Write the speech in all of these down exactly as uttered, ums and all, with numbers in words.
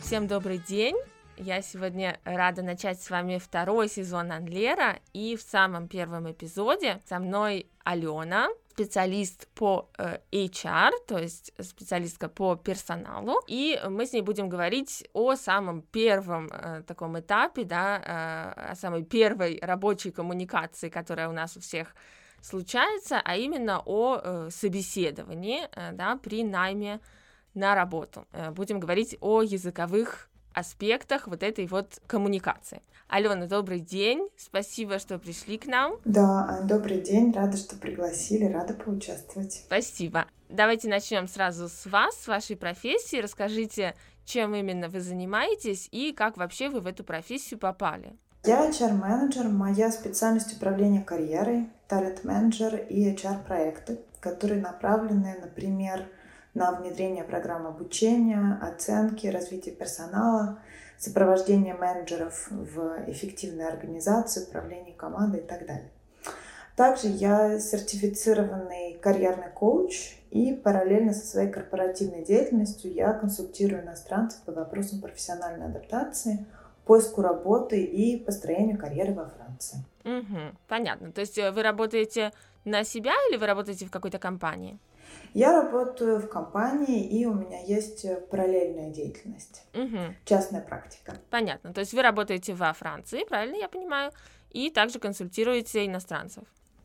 Всем добрый день! Я сегодня рада начать с вами второй сезон Анлера, и в самом первом эпизоде со мной Алена, специалист по э, эйч ар, то есть специалистка по персоналу, и мы с ней будем говорить о самом первом э, таком этапе, да, э, о самой первой рабочей коммуникации, которая у нас у всех случается, а именно о э, собеседовании, э, да, при найме на работу. Э, будем говорить о языковых аспектах вот этой вот коммуникации. Алена, добрый день, спасибо, что пришли к нам. Да, добрый день, рада, что пригласили, рада поучаствовать. Спасибо. Давайте начнем сразу с вас, с вашей профессии. Расскажите, чем именно вы занимаетесь и как вообще вы в эту профессию попали. Я эйч ар-менеджер, моя специальность управления карьерой, талент-менеджер и эйч ар-проекты, которые направлены, например, на внедрение программ обучения, оценки, развитие персонала, сопровождение менеджеров в эффективной организации, управлении командой и так далее. Также я сертифицированный карьерный коуч, и параллельно со своей корпоративной деятельностью я консультирую иностранцев по вопросам профессиональной адаптации, поиску работы и построению карьеры во Франции. Угу, понятно. То есть вы работаете на себя или вы работаете в какой-то компании? Я работаю в компании, и у меня есть параллельная деятельность, угу. частная практика. Понятно. То есть вы работаете во Франции, правильно я понимаю, и также консультируете иностранцев?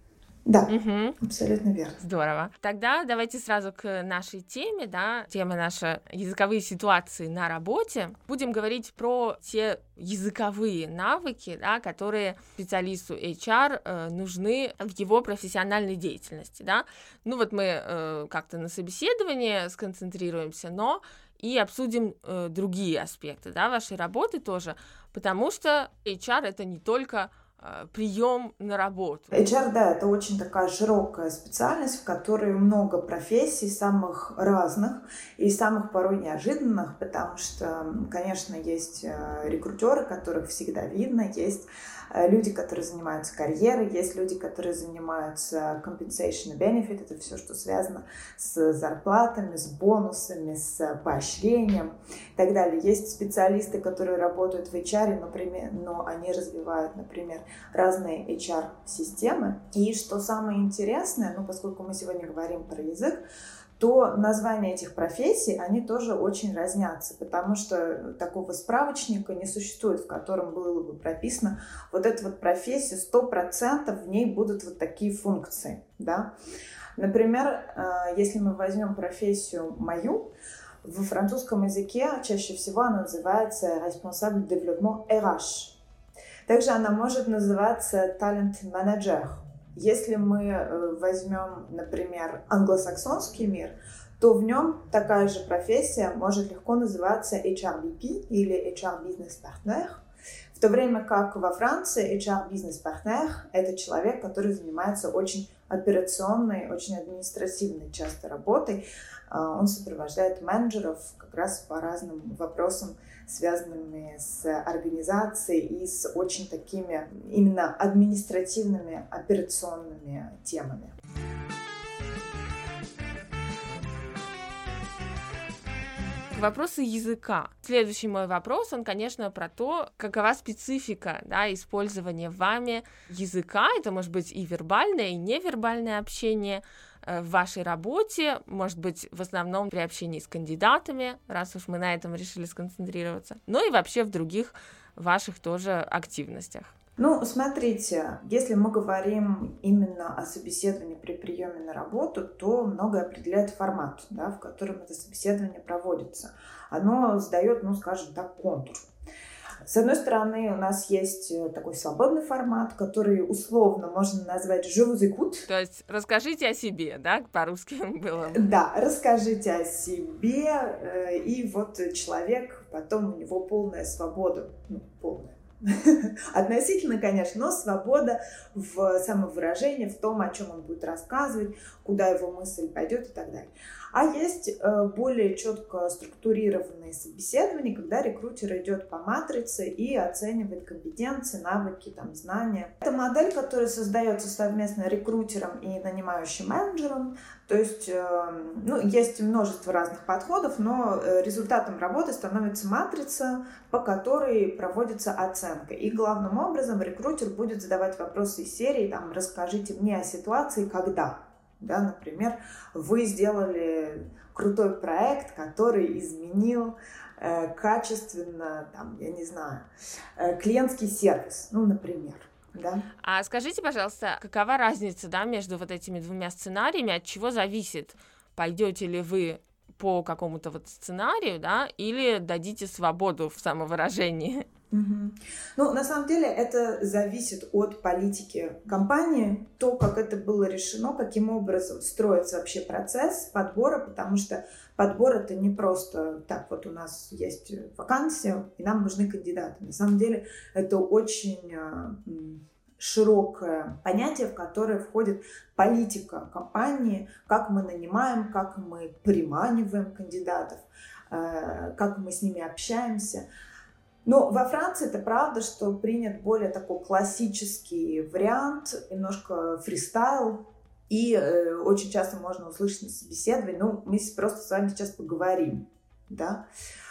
Да, угу. Абсолютно верно. Здорово. Тогда давайте сразу к нашей теме, да, тема наша языковые ситуации на работе. Будем говорить про те языковые навыки, да, которые специалисту эйч ар э, нужны в его профессиональной деятельности, да. Ну вот мы э, как-то на собеседовании сконцентрируемся, но и обсудим э, другие аспекты, да, вашей работы тоже, потому что эйч ар — это не только прием на работу. эйч ар, да, это очень такая широкая специальность, в которой много профессий, самых разных и самых порой неожиданных, потому что, конечно, есть рекрутеры, которых всегда видно, есть люди, которые занимаются карьерой, есть люди, которые занимаются compensation и benefit, это все, что связано с зарплатами, с бонусами, с поощрением и так далее. Есть специалисты, которые работают в эйч ар, например, но они развивают, например, разные эйч ар-системы. И что самое интересное, ну, поскольку мы сегодня говорим про язык, то названия этих профессий, они тоже очень разнятся, потому что такого справочника не существует, в котором было бы прописано вот эта вот профессия, сто процентов в ней будут вот такие функции, да. Например, если мы возьмем профессию мою, в французском языке чаще всего она называется responsable développement эр эйч. Также она может называться talent-manager. Если мы возьмем, например, англосаксонский мир, то в нем такая же профессия может легко называться эйч ар би пи или эйч ар Business Partner, в то время как во Франции эйч ар Business Partner — это человек, который занимается очень операционной, очень административной часто работой. Он сопровождает менеджеров как раз по разным вопросам, связанными с организацией и с очень такими именно административными, операционными темами. Вопросы языка. Следующий мой вопрос, он, конечно, про то, какова специфика, да, использования вами языка. Это может быть и вербальное, и невербальное общение в вашей работе, может быть, в основном при общении с кандидатами, раз уж мы на этом решили сконцентрироваться, но и вообще в других ваших тоже активностях. Ну, смотрите, если мы говорим именно о собеседовании при приеме на работу, то многое определяет формат, да, в котором это собеседование проводится. Оно задает, ну, скажем так, контур. С одной стороны, у нас есть такой свободный формат, который условно можно назвать «je vous écoute». То есть расскажите о себе, да, по-русски было. Да, расскажите о себе, и вот человек, потом у него полная свобода, ну, полная. Относительно, конечно, но свобода в самовыражении, в том, о чем он будет рассказывать, куда его мысль пойдет и так далее. А есть э, более четко структурированные собеседования, когда рекрутер идет по матрице и оценивает компетенции, навыки, там, знания. Это модель, которая создается совместно рекрутером и нанимающим менеджером. То есть, э, ну, есть множество разных подходов, но результатом работы становится матрица, по которой проводится оценка. И главным образом рекрутер будет задавать вопросы из серии, там, расскажите мне о ситуации, когда. Да, например, вы сделали крутой проект, который изменил э, качественно, там, я не знаю, э, клиентский сервис, ну, например. Да. А скажите, пожалуйста, какова разница, да, между вот этими двумя сценариями, от чего зависит, пойдете ли вы по какому-то вот сценарию, да, или дадите свободу в самовыражении? Угу. Ну, на самом деле, это зависит от политики компании, то, как это было решено, каким образом строится вообще процесс подбора, потому что подбор — это не просто так, вот у нас есть вакансия, и нам нужны кандидаты. На самом деле, это очень широкое понятие, в которое входит политика компании, как мы нанимаем, как мы приманиваем кандидатов, как мы с ними общаемся. Но во Франции это правда, что принят более такой классический вариант, немножко фристайл, и э, очень часто можно услышать на собеседовании, ну, мы просто с вами сейчас поговорим, да.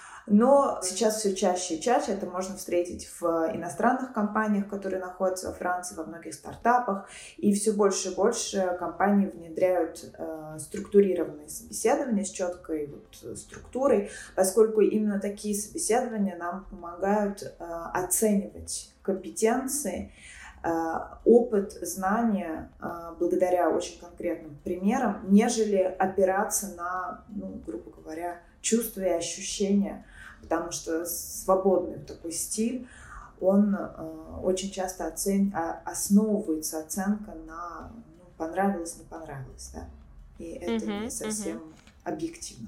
Но сейчас все чаще и чаще это можно встретить в иностранных компаниях, которые находятся во Франции, во многих стартапах. И все больше и больше компаний внедряют э, структурированные собеседования с четкой вот, структурой, поскольку именно такие собеседования нам помогают э, оценивать компетенции, э, опыт, знания э, благодаря очень конкретным примерам, нежели опираться на, ну, грубо говоря, чувства и ощущения, потому что свободный такой стиль, он э, очень часто оцен... а, основывается оценка на ну, понравилось, не понравилось, да, и это uh-huh, не совсем uh-huh. объективно.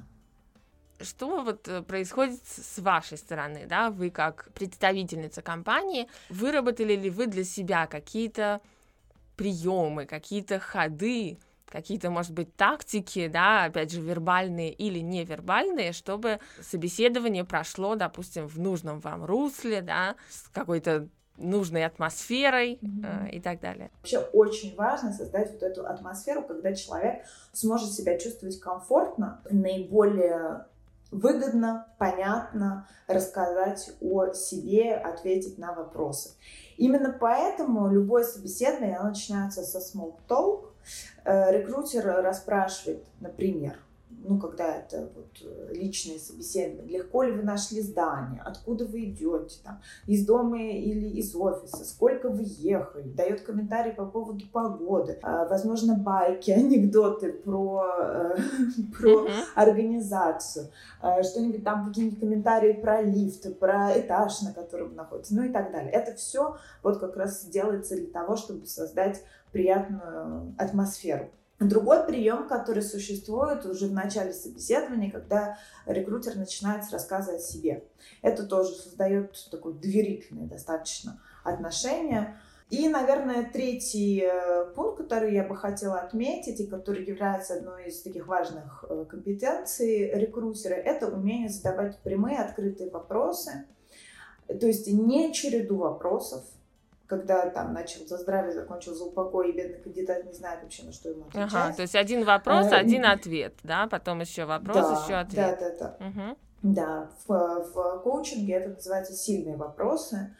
Что вот происходит с вашей стороны, да, вы как представительница компании, выработали ли вы для себя какие-то приемы, какие-то ходы, какие-то, может быть, тактики, да, опять же, вербальные или невербальные, чтобы собеседование прошло, допустим, в нужном вам русле, да, с какой-то нужной атмосферой mm-hmm. э, и так далее. Вообще очень важно создать вот эту атмосферу, когда человек сможет себя чувствовать комфортно, наиболее выгодно, понятно рассказать о себе, ответить на вопросы. Именно поэтому любое собеседование, оно начинается со small talk. Рекрутер расспрашивает, например, ну, когда это вот личное собеседование, легко ли вы нашли здание, откуда вы идете, там, из дома или из офиса, сколько вы ехали, дает комментарии по поводу погоды, возможно, байки, анекдоты про, про mm-hmm. организацию, что-нибудь там, какие-нибудь комментарии про лифт, про этаж, на котором находится, ну и так далее. Это все вот как раз делается для того, чтобы создать приятную атмосферу. Другой прием, который существует уже в начале собеседования, когда рекрутер начинает рассказывать о себе. Это тоже создает такое доверительное достаточно отношение. И, наверное, третий пункт, который я бы хотела отметить, и который является одной из таких важных компетенций рекрутера, это умение задавать прямые, открытые вопросы. То есть не череду вопросов, когда там начал за здравие, закончил за упокой, и бедный кандидат не знает вообще, на что ему отвечать. Ага, то есть один вопрос, а, один ответ, да, потом еще вопрос, да, еще ответ. Да, да, да. Угу. Да, в, в коучинге это называется сильные вопросы.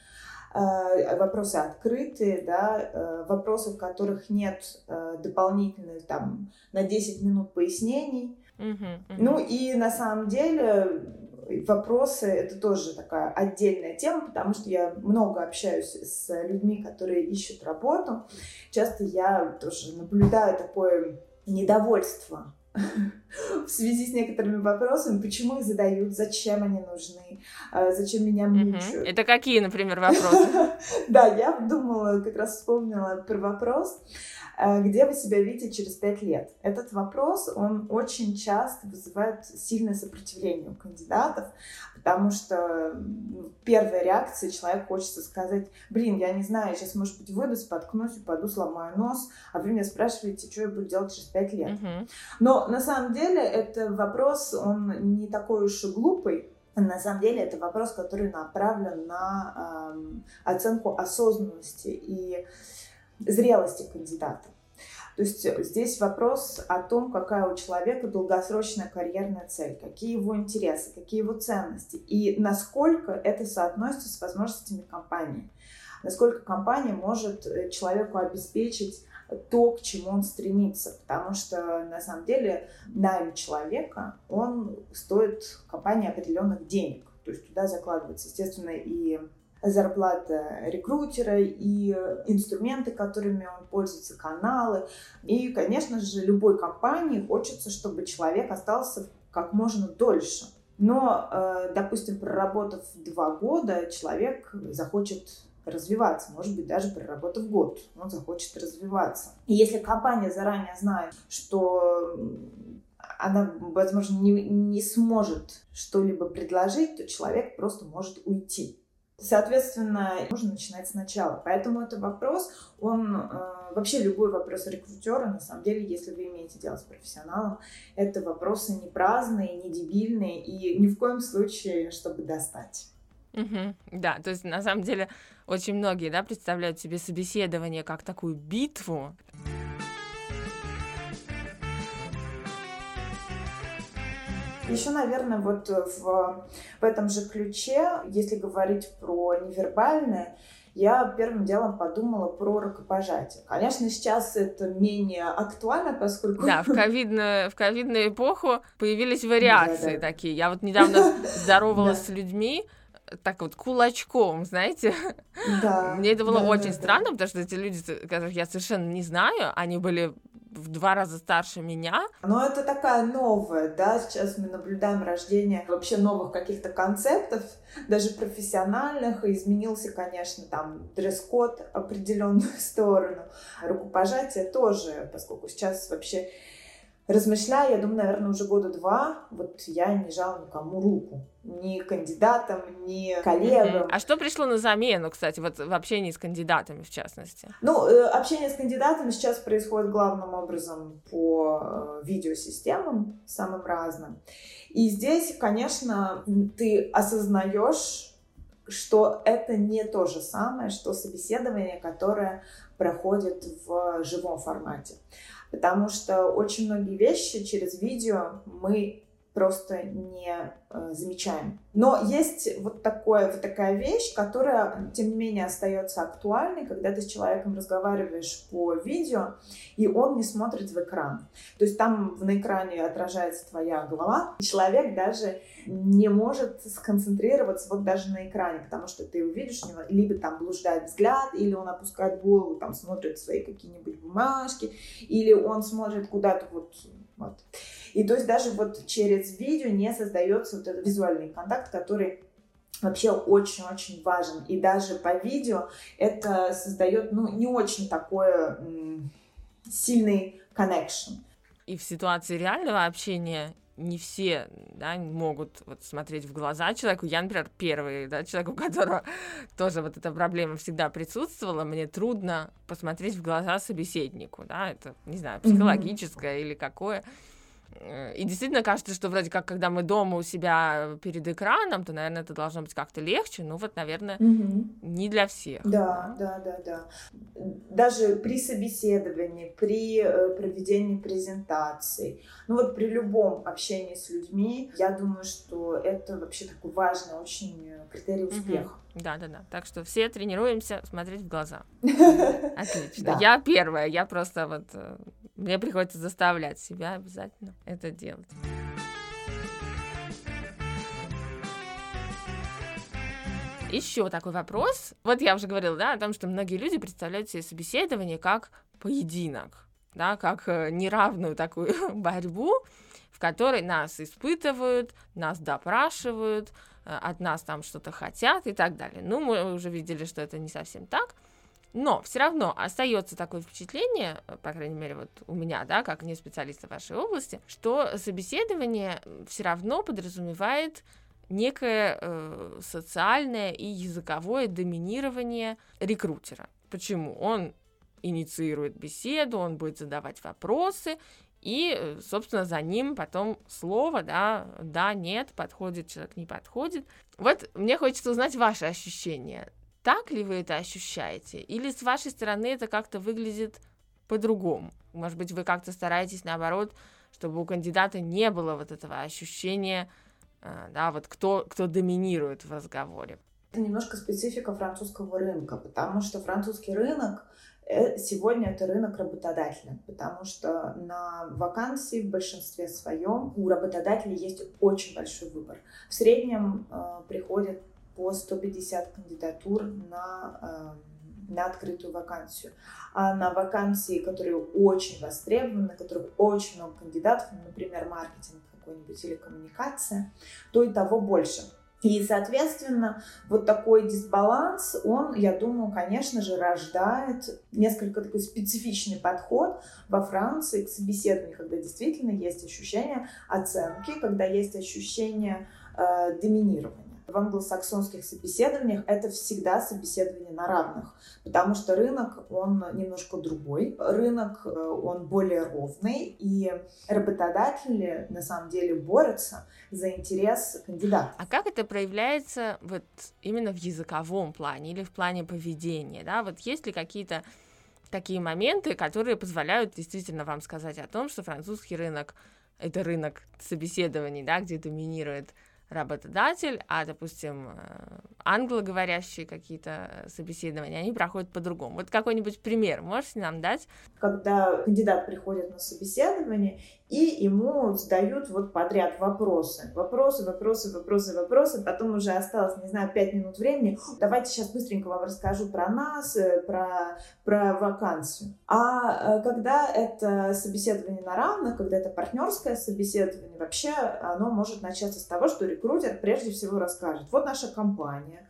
Э, вопросы открытые, да, э, вопросы, в которых нет э, дополнительных там на десять минут пояснений. Угу, угу. Ну и на самом деле вопросы — это тоже такая отдельная тема, потому что я много общаюсь с людьми, которые ищут работу. Часто я тоже наблюдаю такое недовольство в связи с некоторыми вопросами, почему их задают, зачем они нужны, зачем меня мучают. Это какие, например, вопросы? Да, я думала, как раз вспомнила про вопрос, где вы себя видите через пять лет. Этот вопрос, он очень часто вызывает сильное сопротивление у кандидатов, потому что первая реакция, человек хочется сказать: блин, я не знаю, я сейчас, может быть, выйду, споткнусь, упаду, сломаю нос, а вы меня спрашиваете, что я буду делать через пять лет. Uh-huh. Но Но на самом деле это вопрос, он не такой уж и глупый. На самом деле это вопрос, который направлен на э, оценку осознанности и зрелости кандидата. То есть здесь вопрос о том, какая у человека долгосрочная карьерная цель, какие его интересы, какие его ценности и насколько это соотносится с возможностями компании. Насколько компания может человеку обеспечить то, к чему он стремится. Потому что на самом деле найм человека, он стоит компании определенных денег. То есть туда закладывается, естественно, и зарплата рекрутера, и инструменты, которыми он пользуется, каналы. И, конечно же, любой компании хочется, чтобы человек остался как можно дольше. Но, допустим, проработав два года, человек захочет развиваться, может быть, даже проработав год, он захочет развиваться. И если компания заранее знает, что она, возможно, не, не сможет что-либо предложить, то человек просто может уйти. Соответственно, нужно начинать сначала. Поэтому это вопрос, он э, вообще любой вопрос рекрутера, на самом деле, если вы имеете дело с профессионалом, это вопросы не праздные, не дебильные и ни в коем случае, чтобы достать. Угу. Да, то есть на самом деле очень многие, да, представляют себе собеседование как такую битву. Еще, наверное, вот в, в этом же ключе, если говорить про невербальное, я первым делом подумала про рукопожатие. Конечно, сейчас это менее актуально, поскольку... Да, в ковидную, в ковидную эпоху появились вариации да, да. такие. Я вот недавно здоровалась с людьми, так вот, кулачком, знаете. Да, Мне это было да, очень да, странно, да. потому что эти люди, которых я совершенно не знаю, они были в два раза старше меня. Но это такая новая, да, сейчас мы наблюдаем рождение вообще новых каких-то концептов, даже профессиональных, и изменился, конечно, там дресс-код в определенную сторону. Рукопожатие тоже, поскольку сейчас вообще размышляя, я думаю, наверное, уже года два, вот я не жала никому руку. Ни кандидатам, ни коллегам. Mm-hmm. А что пришло на замену, кстати, вот в общении с кандидатами, в частности? Ну, общение с кандидатами сейчас происходит главным образом по видеосистемам самым разным. И здесь, конечно, ты осознаешь, что это не то же самое, что собеседование, которое проходит в живом формате. Потому что очень многие вещи через видео мы просто не э, замечаем. Но есть вот, такое, вот такая вещь, которая, тем не менее, остается актуальной, когда ты с человеком разговариваешь по видео, и он не смотрит в экран. То есть там на экране отражается твоя голова, и человек даже не может сконцентрироваться вот даже на экране, потому что ты увидишь, у него либо там блуждает взгляд, или он опускает голову, там смотрит свои какие-нибудь бумажки, или он смотрит куда-то вот... вот. И то есть даже вот через видео не создается вот этот визуальный контакт, который вообще очень-очень важен. И даже по видео это создает, ну, не очень такой м- сильный connection. И в ситуации реального общения не все, да, могут вот смотреть в глаза человеку. Я, например, первый, да, человек, у которого тоже вот эта проблема всегда присутствовала. Мне трудно посмотреть в глаза собеседнику, да, это, не знаю, психологическое mm-hmm. или какое. И действительно кажется, что вроде как, когда мы дома у себя перед экраном, то, наверное, это должно быть как-то легче. Ну вот, наверное, угу. не для всех. Да, да, да, да. Даже при собеседовании, при проведении презентаций, ну вот при любом общении с людьми, я думаю, что это вообще такой важный очень критерий успеха. Угу. Да, да, да. Так что все тренируемся смотреть в глаза. Отлично. Я первая, я просто вот... Мне приходится заставлять себя обязательно это делать. Еще такой вопрос. Вот я уже говорила, да, о том, что многие люди представляют себе собеседование как поединок, да, как неравную такую борьбу, в которой нас испытывают, нас допрашивают, от нас там что-то хотят и так далее. Ну, мы уже видели, что это не совсем так. Но все равно остается такое впечатление, по крайней мере, вот у меня, да, как не специалиста в вашей области, что собеседование все равно подразумевает некое э, социальное и языковое доминирование рекрутера. Почему? Он инициирует беседу, он будет задавать вопросы, и, собственно, за ним потом слово, да, да, нет, подходит человек, не подходит. Вот мне хочется узнать ваши ощущения. Так ли вы это ощущаете? Или с вашей стороны это как-то выглядит по-другому? Может быть, вы как-то стараетесь, наоборот, чтобы у кандидата не было вот этого ощущения, да, вот кто, кто доминирует в разговоре. Это немножко специфика французского рынка, потому что французский рынок сегодня это рынок работодателя, потому что на вакансии в большинстве своем у работодателей есть очень большой выбор. В среднем э, приходит по сто пятьдесят кандидатур на, э, на открытую вакансию. А на вакансии, которые очень востребованы, на которых очень много кандидатов, например, маркетинг какой-нибудь или коммуникация, то и того больше. И, соответственно, вот такой дисбаланс, он, я думаю, конечно же, рождает несколько такой специфичный подход во Франции к собеседованию, когда действительно есть ощущение оценки, когда есть ощущение э, доминирования. В англосаксонских собеседованиях это всегда собеседование на равных, потому что рынок, он немножко другой, рынок, он более ровный, и работодатели на самом деле борются за интерес кандидата. А как это проявляется вот именно в языковом плане или в плане поведения, да? Вот есть ли какие-то такие моменты, которые позволяют действительно вам сказать о том, что французский рынок — это рынок собеседований, да, где доминирует работодатель, а, допустим, англоговорящие какие-то собеседования, они проходят по-другому. Вот какой-нибудь пример можете нам дать? Когда кандидат приходит на собеседование, и ему задают вот подряд вопросы. Вопросы, вопросы, вопросы, вопросы. Потом уже осталось, не знаю, пять минут времени. Давайте сейчас быстренько вам расскажу про нас, про, про вакансию. А когда это собеседование на равных, когда это партнерское собеседование, вообще оно может начаться с того, что рекрутер прежде всего расскажет: вот наша компания,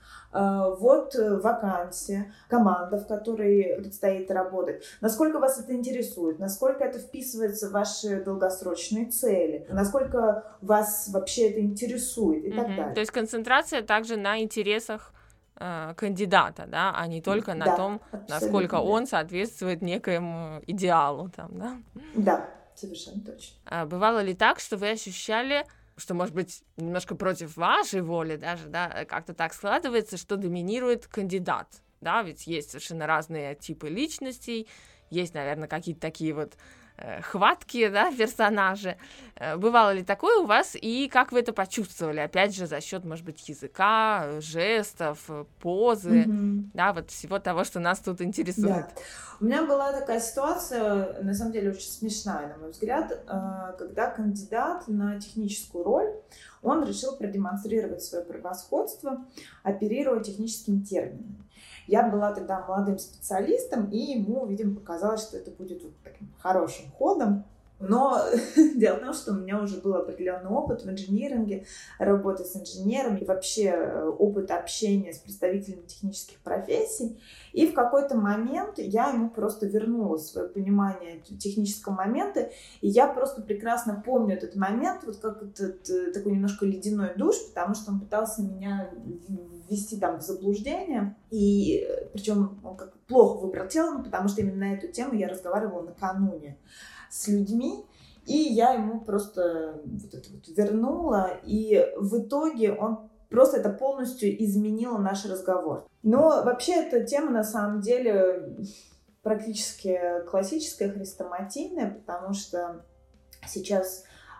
вот вакансия, команда, в которой предстоит работать. Насколько вас это интересует, насколько это вписывается в ваши долгосрочные цели, насколько вас вообще это интересует и mm-hmm. так далее. То есть концентрация также на интересах э, кандидата, да, а не только на да, том, насколько он соответствует некоему идеалу. Там, да? Да, совершенно точно. А бывало ли так, что вы ощущали, что, может быть, немножко против вашей воли даже, да, как-то так складывается, что доминирует кандидат, да, ведь есть совершенно разные типы личностей, есть, наверное, какие-то такие вот э, хваткие, да, персонажи. Э, бывало ли такое у вас, и как вы это почувствовали? Опять же, за счет, может быть, языка, жестов, позы, mm-hmm. да, вот всего того, что нас тут интересует. Да. У меня была такая ситуация, на самом деле, очень смешная, на мой взгляд, когда кандидат на техническую роль, он решил продемонстрировать свое превосходство, оперируя техническими терминами. Я была тогда молодым специалистом, и ему, видимо, показалось, что это будет вот таким хорошим ходом. Но дело в том, что у меня уже был определенный опыт в инжиниринге, работы с инженерами, и вообще опыт общения с представителями технических профессий. И в какой-то момент я ему просто вернула свое понимание технического момента, и я просто прекрасно помню этот момент, вот как этот такой немножко ледяной душ, потому что он пытался меня ввести там в заблуждение, и причем он как плохо выбрал тему, потому что именно на эту тему я разговаривала накануне с людьми, и я ему просто вот это вот вернула, и в итоге он просто это полностью изменило наш разговор. Но вообще эта тема на самом деле практически классическая, хрестоматийная, потому что сейчас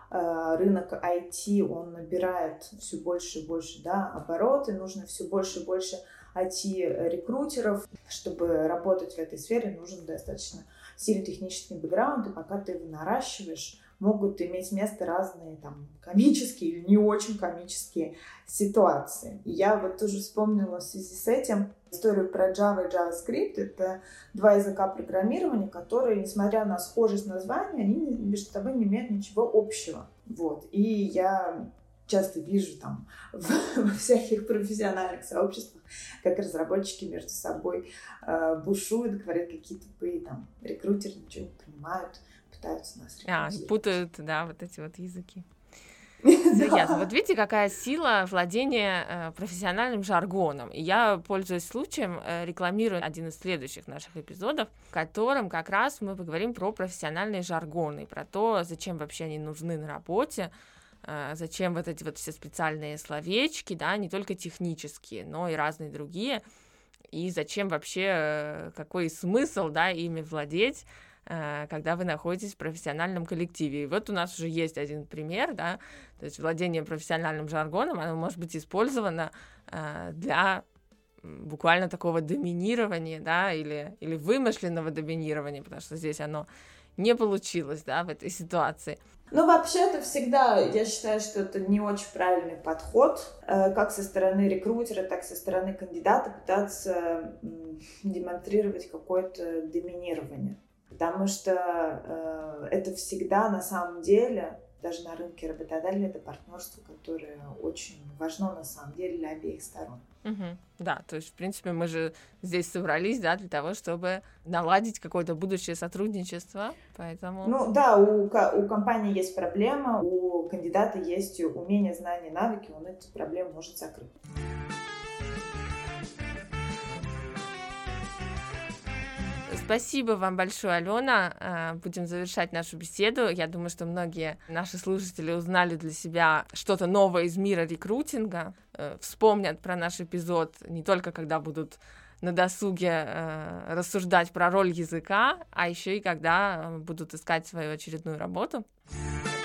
э, рынок ай ти, он набирает все больше и больше, да, обороты, нужно все больше и больше ай ти-рекрутеров. Чтобы работать в этой сфере, нужен достаточно сильный технический бэкграунд, и пока ты его наращиваешь, могут иметь место разные там комические или не очень комические ситуации. И я вот тоже вспомнила в связи с этим историю про Java и JavaScript. Это два языка программирования, которые, несмотря на схожесть названия, они между собой не имеют ничего общего. Вот. И я часто вижу там во всяких профессиональных сообществах, как разработчики между собой э, бушуют, говорят какие-то тупые там рекрутеры, ничего не понимают, пытаются нас рекрутировать. А, путают, да, вот эти вот языки. Ясно. Вот видите, какая сила владения э, профессиональным жаргоном. И я, пользуясь случаем, э, рекламирую один из следующих наших эпизодов, в котором как раз мы поговорим про профессиональные жаргоны, про то, зачем вообще они нужны на работе, э, зачем вот эти вот все специальные словечки, да, не только технические, но и разные другие, и зачем вообще, э, какой смысл, да, ими владеть, когда вы находитесь в профессиональном коллективе. И вот у нас уже есть один пример, да, то есть владение профессиональным жаргоном, оно может быть использовано э, для буквально такого доминирования, да, или, или вымышленного доминирования, потому что здесь оно не получилось, да, в этой ситуации. Ну, вообще-то всегда, я считаю, что это не очень правильный подход, э, как со стороны рекрутера, так и со стороны кандидата пытаться э, демонстрировать какое-то доминирование. Потому что э, это всегда на самом деле, даже на рынке работодателя, это партнерство, которое очень важно на самом деле для обеих сторон. Угу. Да, то есть, в принципе, мы же здесь собрались, да, для того, чтобы наладить какое-то будущее сотрудничество, поэтому... Ну да, у, у компании есть проблема, у кандидата есть умение, знания, навыки, он эти проблемы может закрыть. Спасибо вам большое, Алена. Будем завершать нашу беседу. Я думаю, что многие наши слушатели узнали для себя что-то новое из мира рекрутинга, вспомнят про наш эпизод не только когда будут на досуге рассуждать про роль языка, а еще и когда будут искать свою очередную работу.